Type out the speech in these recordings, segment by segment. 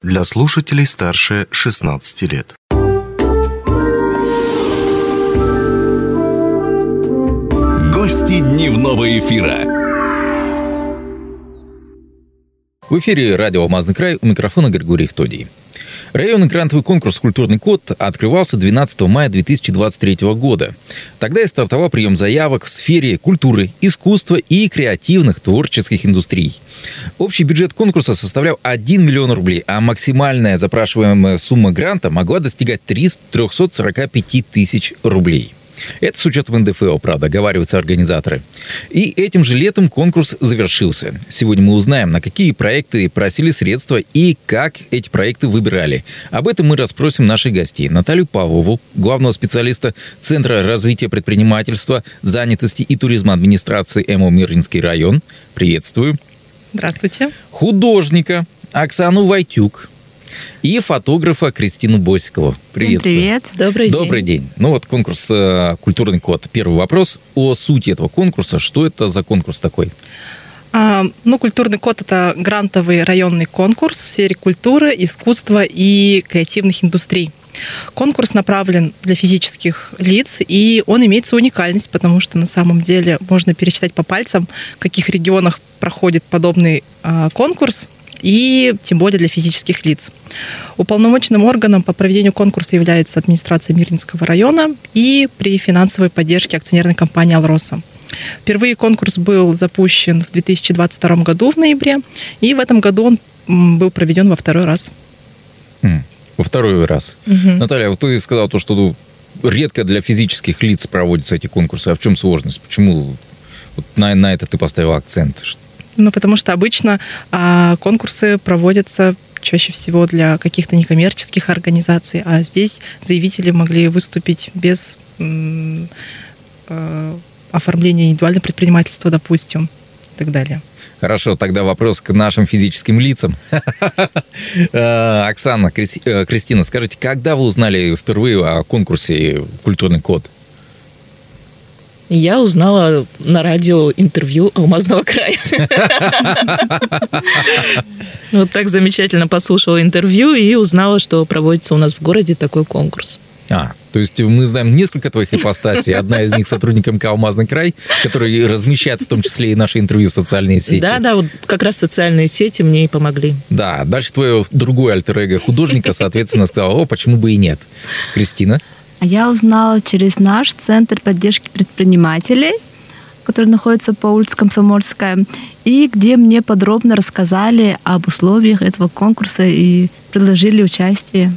Для слушателей старше 16 лет. Гости дневного эфира. В эфире радио «Алмазный край», у микрофона Григорий Евтодий. Районный грантовый конкурс «Культурный код» открывался 12 мая 2023 года. Тогда и стартовал прием заявок в сфере культуры, искусства и креативных творческих индустрий. Общий бюджет конкурса составлял 1 миллион рублей, а максимальная запрашиваемая сумма гранта могла достигать 345 тысяч рублей. Это с учетом НДФЛ, правда, оговариваются организаторы. И этим же летом конкурс завершился. Сегодня мы узнаем, на какие проекты просили средства и как эти проекты выбирали. Об этом мы расспросим наших гостей. Наталью Павлову, главного специалиста Центра развития предпринимательства, занятости и туризма администрации МО Мирнинский район. Приветствую. Здравствуйте. Художника Оксану Войтюк. И фотографа Кристину Босикову. Приветствую. Привет. Добрый день. Добрый день. Ну вот конкурс «Культурный код». Первый вопрос о сути этого конкурса. Что это за конкурс такой? «Культурный код» — это грантовый районный конкурс в сфере культуры, искусства и креативных индустрий. Конкурс направлен для физических лиц, и он имеет свою уникальность, потому что на самом деле можно пересчитать по пальцам, в каких регионах проходит подобный конкурс, и тем более для физических лиц. Уполномоченным органом по проведению конкурса является администрация Мирнинского района и при финансовой поддержке акционерной компании «Алроса». Впервые конкурс был запущен в 2022 году в ноябре, и в этом году он был проведен во второй раз. Во второй раз. Угу. Наталья, вот ты сказала то, что редко для физических лиц проводятся эти конкурсы. А в чем сложность? Почему вот на это ты поставила акцент? Потому что обычно конкурсы проводятся чаще всего для каких-то некоммерческих организаций, а здесь заявители могли выступить без оформления индивидуального предпринимательства, допустим, и так далее. Хорошо, тогда вопрос к нашим физическим лицам. Оксана, Кристина, скажите, когда вы узнали впервые о конкурсе «Культурный код»? Я узнала на радио интервью «Алмазного края». Вот так замечательно послушала интервью и узнала, что проводится у нас в городе такой конкурс. То есть мы знаем несколько твоих ипостасей. Одна из них сотрудник МК «Алмазный край», который размещает в том числе и наши интервью в социальные сети. Да, вот как раз социальные сети мне и помогли. Да, дальше твое другое альтер-эго художника, соответственно, сказала, почему бы и нет. Кристина? Я узнала через наш Центр поддержки предпринимателей, который находится по улице Комсомольская, и где мне подробно рассказали об условиях этого конкурса и предложили участие.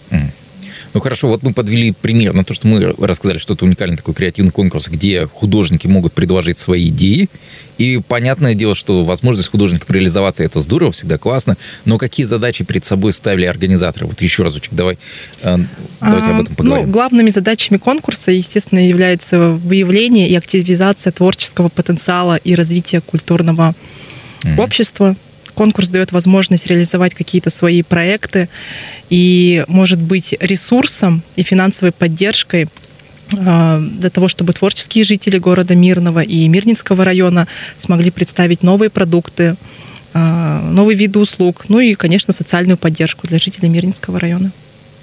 Ну хорошо, вот мы подвели пример на то, что мы рассказали, что это уникальный такой креативный конкурс, где художники могут предложить свои идеи. И понятное дело, что возможность художников реализоваться — это здорово, всегда классно. Но какие задачи перед собой ставили организаторы? Вот еще разочек, давайте об этом поговорим. Главными задачами конкурса, естественно, является выявление и активизация творческого потенциала и развитие культурного общества. Конкурс дает возможность реализовать какие-то свои проекты и может быть ресурсом и финансовой поддержкой для того, чтобы творческие жители города Мирного и Мирнинского района смогли представить новые продукты, новые виды услуг, ну и, конечно, социальную поддержку для жителей Мирнинского района.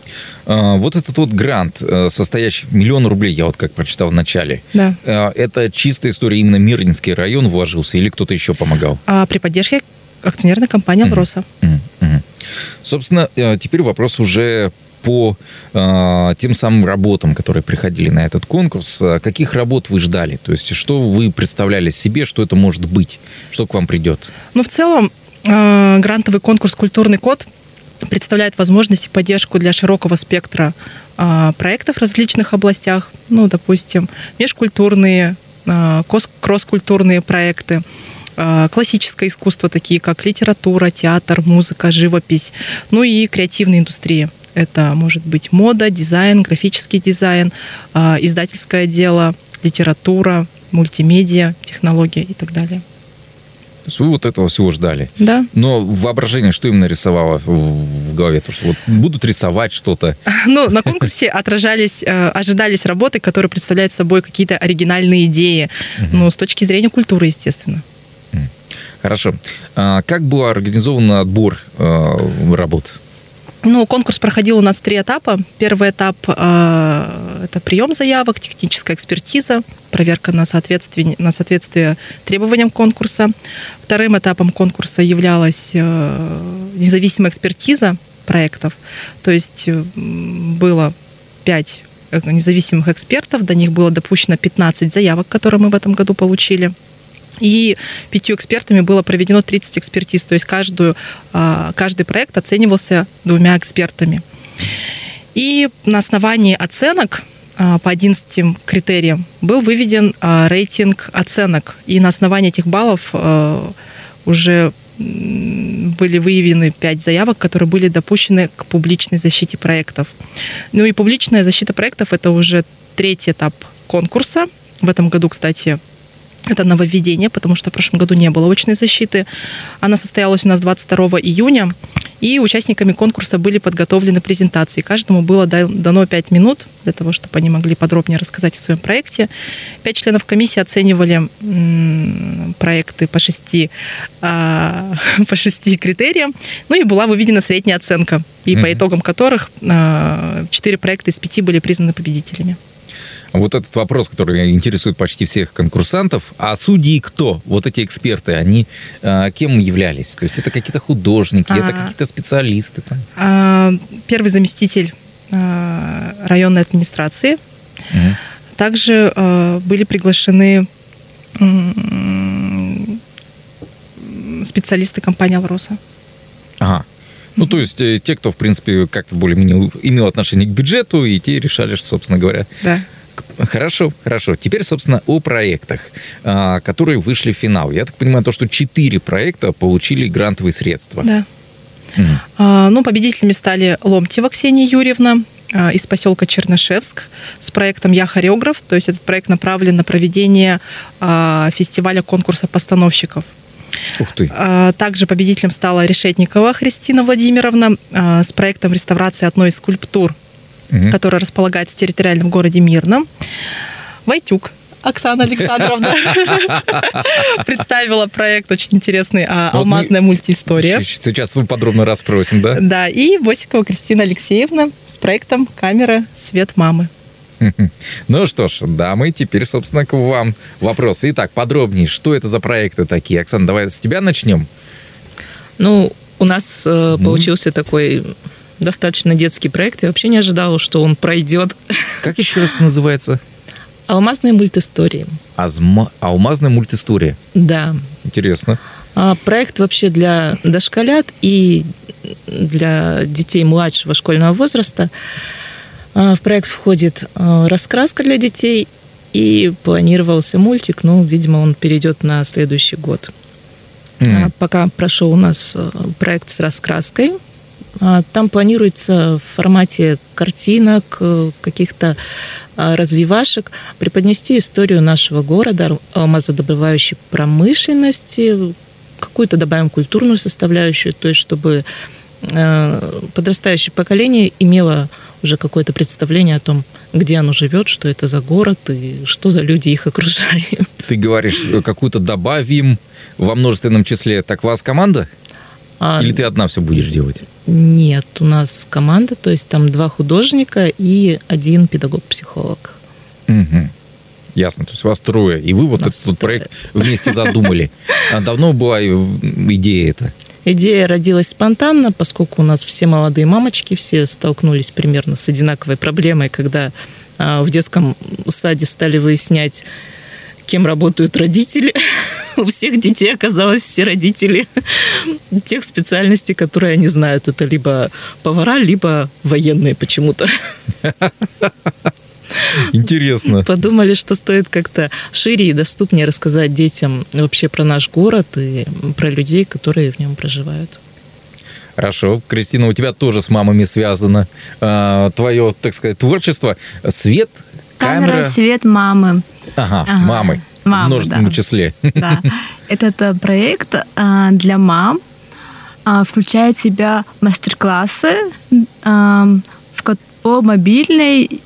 Вот этот вот грант, состоящий 1 миллион рублей, я вот как прочитал в начале, да. Это чистая история, именно Мирнинский район вложился или кто-то еще помогал? При поддержке акционерной компании «Алроса». Собственно, теперь вопрос уже по тем самым работам, которые приходили на этот конкурс. Каких работ вы ждали? То есть, что вы представляли себе, что это может быть? Что к вам придет? В целом, грантовый конкурс «Культурный код» представляет возможность и поддержку для широкого спектра проектов в различных областях. Допустим, межкультурные, кросс-культурные проекты, классическое искусство, такие как литература, театр, музыка, живопись, и креативная индустрия. Это может быть мода, дизайн, графический дизайн, издательское дело, литература, мультимедиа, технология и так далее. То есть вы вот этого всего ждали? Да. Но воображение что именно рисовало в голове? То, что вот будут рисовать что-то? На конкурсе ожидались работы, которые представляют собой какие-то оригинальные идеи, с точки зрения культуры, естественно. Хорошо. Как был организован отбор работ? Конкурс проходил у нас 3 этапа. Первый этап – это прием заявок, техническая экспертиза, проверка на соответствие требованиям конкурса. Вторым этапом конкурса являлась независимая экспертиза проектов. То есть было 5 независимых экспертов, до них было допущено 15 заявок, которые мы в этом году получили. И 5 экспертами было проведено 30 экспертиз, то есть каждый проект оценивался 2 экспертами. И на основании оценок по 11 критериям был выведен рейтинг оценок. И на основании этих баллов уже были выявлены 5 заявок, которые были допущены к публичной защите проектов. И публичная защита проектов – это уже 3-й этап конкурса. В этом году, кстати, это нововведение, потому что в прошлом году не было очной защиты. Она состоялась у нас 22 июня, и участниками конкурса были подготовлены презентации. Каждому было дано 5 минут для того, чтобы они могли подробнее рассказать о своем проекте. 5 членов комиссии оценивали проекты по 6 критериям, и была выведена средняя оценка, и по итогам которых 4 проекта из 5 были признаны победителями. Вот этот вопрос, который интересует почти всех конкурсантов. А судьи кто? Вот эти эксперты, они кем являлись? То есть это какие-то художники, это какие-то специалисты? Первый заместитель районной администрации. Также были приглашены специалисты компании «Алроса». Ага. То есть те, кто, в принципе, как-то более-менее имел отношение к бюджету, и те решали, собственно говоря. Да. Хорошо. Теперь, собственно, о проектах, которые вышли в финал. Я так понимаю, что 4 проекта получили грантовые средства. Да. Победителями стали Ломтева Ксения Юрьевна из поселка Чернышевск с проектом «Я хореограф». То есть этот проект направлен на проведение фестиваля конкурса постановщиков. Ух ты. Также победителем стала Решетникова Христина Владимировна с проектом реставрации одной из скульптур, которая располагается территориально в городе Мирном. Войтюк Оксана Александровна представила проект очень интересный «Алмазная мультиистория». Сейчас мы подробно расспросим, да? Да, и Босикова Кристина Алексеевна с проектом «Камера. Свет мамы». Ну что ж, дамы, теперь, собственно, к вам вопрос. Итак, подробнее, что это за проекты такие? Оксана, давай с тебя начнем. У нас получился такой достаточно детский проект. Я вообще не ожидала, что он пройдет. Как еще раз называется? «Алмазные мультистории». «Алмазная мультистория». Да. Интересно. Проект вообще для дошколят и для детей младшего школьного возраста. В проект входит раскраска для детей, и планировался мультик, видимо, он перейдет на следующий год. Пока прошел у нас проект с раскраской. Там планируется в формате картинок, каких-то развивашек преподнести историю нашего города, алмазодобывающей промышленности, какую-то добавим культурную составляющую, то есть чтобы подрастающее поколение имело уже какое-то представление о том, где оно живет, что это за город и что за люди их окружают. Ты говоришь, какую-то добавим во множественном числе. Так у вас команда? Или ты одна все будешь делать? Нет, у нас команда, то есть там 2 художника и 1 педагог-психолог. Угу. Ясно, то есть у вас 3, и вы этот проект вместе задумали. А давно была идея эта? Идея родилась спонтанно, поскольку у нас все молодые мамочки, все столкнулись примерно с одинаковой проблемой, когда в детском саде стали выяснять, кем работают родители. У всех детей оказалось все родители тех специальностей, которые они знают. Это либо повара, либо военные почему-то. Интересно. Подумали, что стоит как-то шире и доступнее рассказать детям вообще про наш город и про людей, которые в нем проживают. Хорошо. Кристина, у тебя тоже с мамами связано твое, так сказать, творчество. Свет, камера... свет, мамы. Ага, мамы. В множественном числе. Да. Этот проект для мам включает в себя мастер-классы по мобильной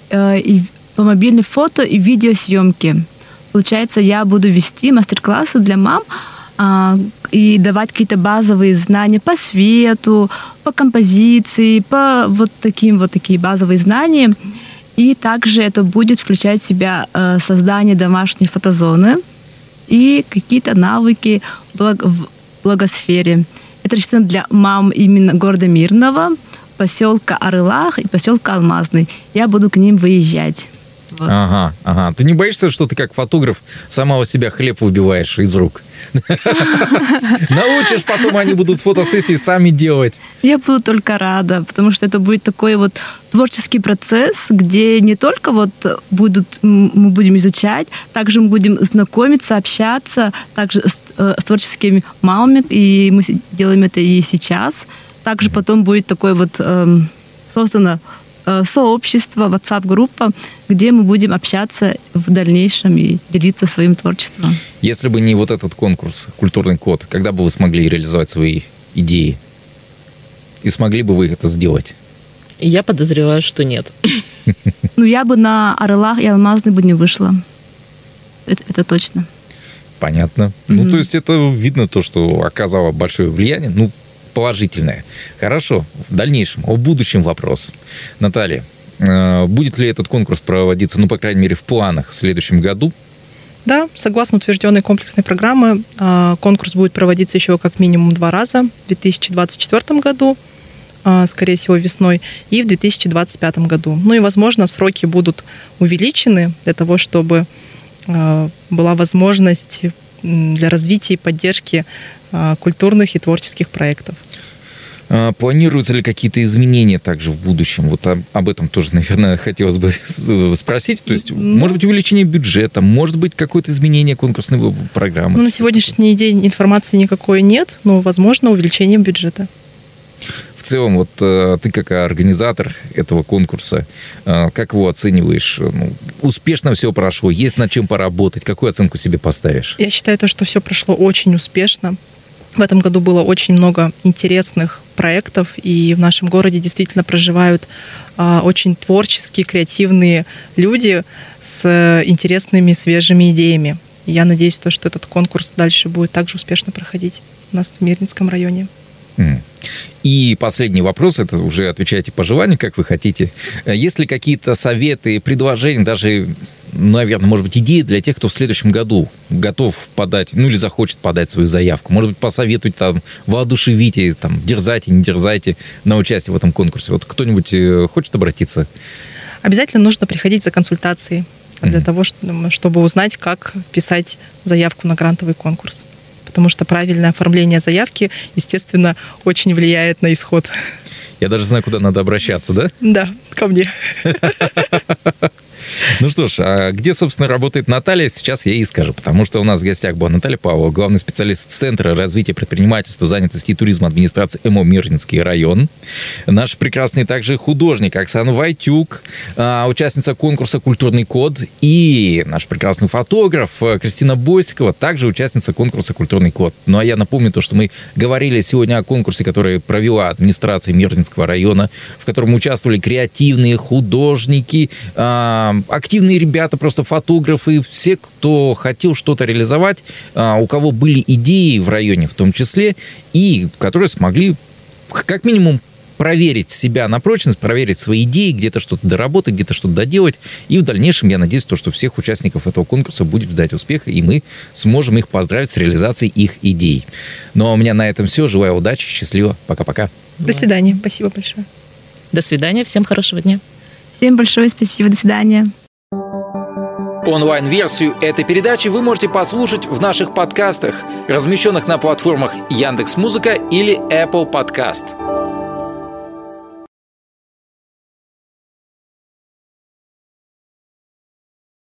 фото и видеосъемке. Получается, я буду вести мастер-классы для мам и давать какие-то базовые знания по свету, по композиции, по такие базовые знания. И также это будет включать в себя создание домашней фотозоны и какие-то навыки в благосфере. Это рассчитано для мам именно города Мирного, поселка Арылах и поселка Алмазный. Я буду к ним выезжать. Вот. Ага. Ты не боишься, что ты как фотограф сама у себя хлеб выбиваешь из рук? Научишь, потом они будут фотосессии сами делать. Я буду только рада, потому что это будет такой вот творческий процесс, где не только мы будем изучать, также мы будем знакомиться, общаться, также с творческими мамами, и мы делаем это и сейчас. Также потом будет такой вот создано сообщество, WhatsApp-группа, где мы будем общаться в дальнейшем и делиться своим творчеством. Если бы не вот этот конкурс «Культурный код», когда бы вы смогли реализовать свои идеи? И смогли бы вы это сделать? Я подозреваю, что нет. Я бы на Арылах и Алмазный бы не вышла. Это точно. Понятно. То есть это видно то, что оказало большое влияние. Положительное. Хорошо. В дальнейшем, о будущем вопрос. Наталья, будет ли этот конкурс проводиться, по крайней мере, в планах в следующем году? Да, согласно утвержденной комплексной программы, конкурс будет проводиться еще как минимум 2 раза. В 2024 году, скорее всего, весной, и в 2025 году. И, возможно, сроки будут увеличены для того, чтобы была возможность для развития и поддержки культурных и творческих проектов. Планируются ли какие-то изменения также в будущем? Вот об этом тоже, наверное, хотелось бы спросить. То есть, может быть, увеличение бюджета, может быть, какое-то изменение конкурсной программы? На сегодняшний день информации никакой нет, но, возможно, увеличение бюджета. В целом, вот ты как организатор этого конкурса, как его оцениваешь? Успешно все прошло? Есть над чем поработать? Какую оценку себе поставишь? Я считаю, что все прошло очень успешно. В этом году было очень много интересных проектов, и в нашем городе действительно проживают очень творческие, креативные люди с интересными, свежими идеями. И я надеюсь, что этот конкурс дальше будет также успешно проходить у нас в Мирнинском районе. И последний вопрос, это уже отвечайте по желанию, как вы хотите. Есть ли какие-то советы, предложения, даже, наверное, может быть, идеи для тех, кто в следующем году готов подать, или захочет подать свою заявку? Может быть, посоветуйте, воодушевите, дерзайте, не дерзайте на участие в этом конкурсе. Вот кто-нибудь хочет обратиться? Обязательно нужно приходить за консультацией для того, чтобы узнать, как писать заявку на грантовый конкурс. Потому что правильное оформление заявки, естественно, очень влияет на исход. Я даже знаю, куда надо обращаться, да? Да, ко мне. Ну что ж, а где, собственно, работает Наталья, сейчас я ей скажу, потому что у нас в гостях была Наталья Павлова, главный специалист Центра развития предпринимательства, занятости и туризма администрации МО Мирнинский район. Наш прекрасный также художник Оксана Войтюк, участница конкурса «Культурный код», и наш прекрасный фотограф Кристина Бойсикова, также участница конкурса «Культурный код». Ну а я напомню то, что мы говорили сегодня о конкурсе, который провела администрация Мирнинского района, в котором участвовали креативные художники, активные ребята, просто фотографы, все, кто хотел что-то реализовать, у кого были идеи в районе в том числе, и которые смогли как минимум проверить себя на прочность, проверить свои идеи, где-то что-то доработать, где-то что-то доделать. И в дальнейшем, я надеюсь, что всех участников этого конкурса будет ждать успеха, и мы сможем их поздравить с реализацией их идей. Ну а у меня на этом все. Желаю удачи, счастливо. Пока-пока. До свидания. Спасибо большое. До свидания. Всем хорошего дня. Всем большое спасибо. До свидания. Онлайн-версию этой передачи вы можете послушать в наших подкастах, размещенных на платформах Яндекс.Музыка или Apple Podcast.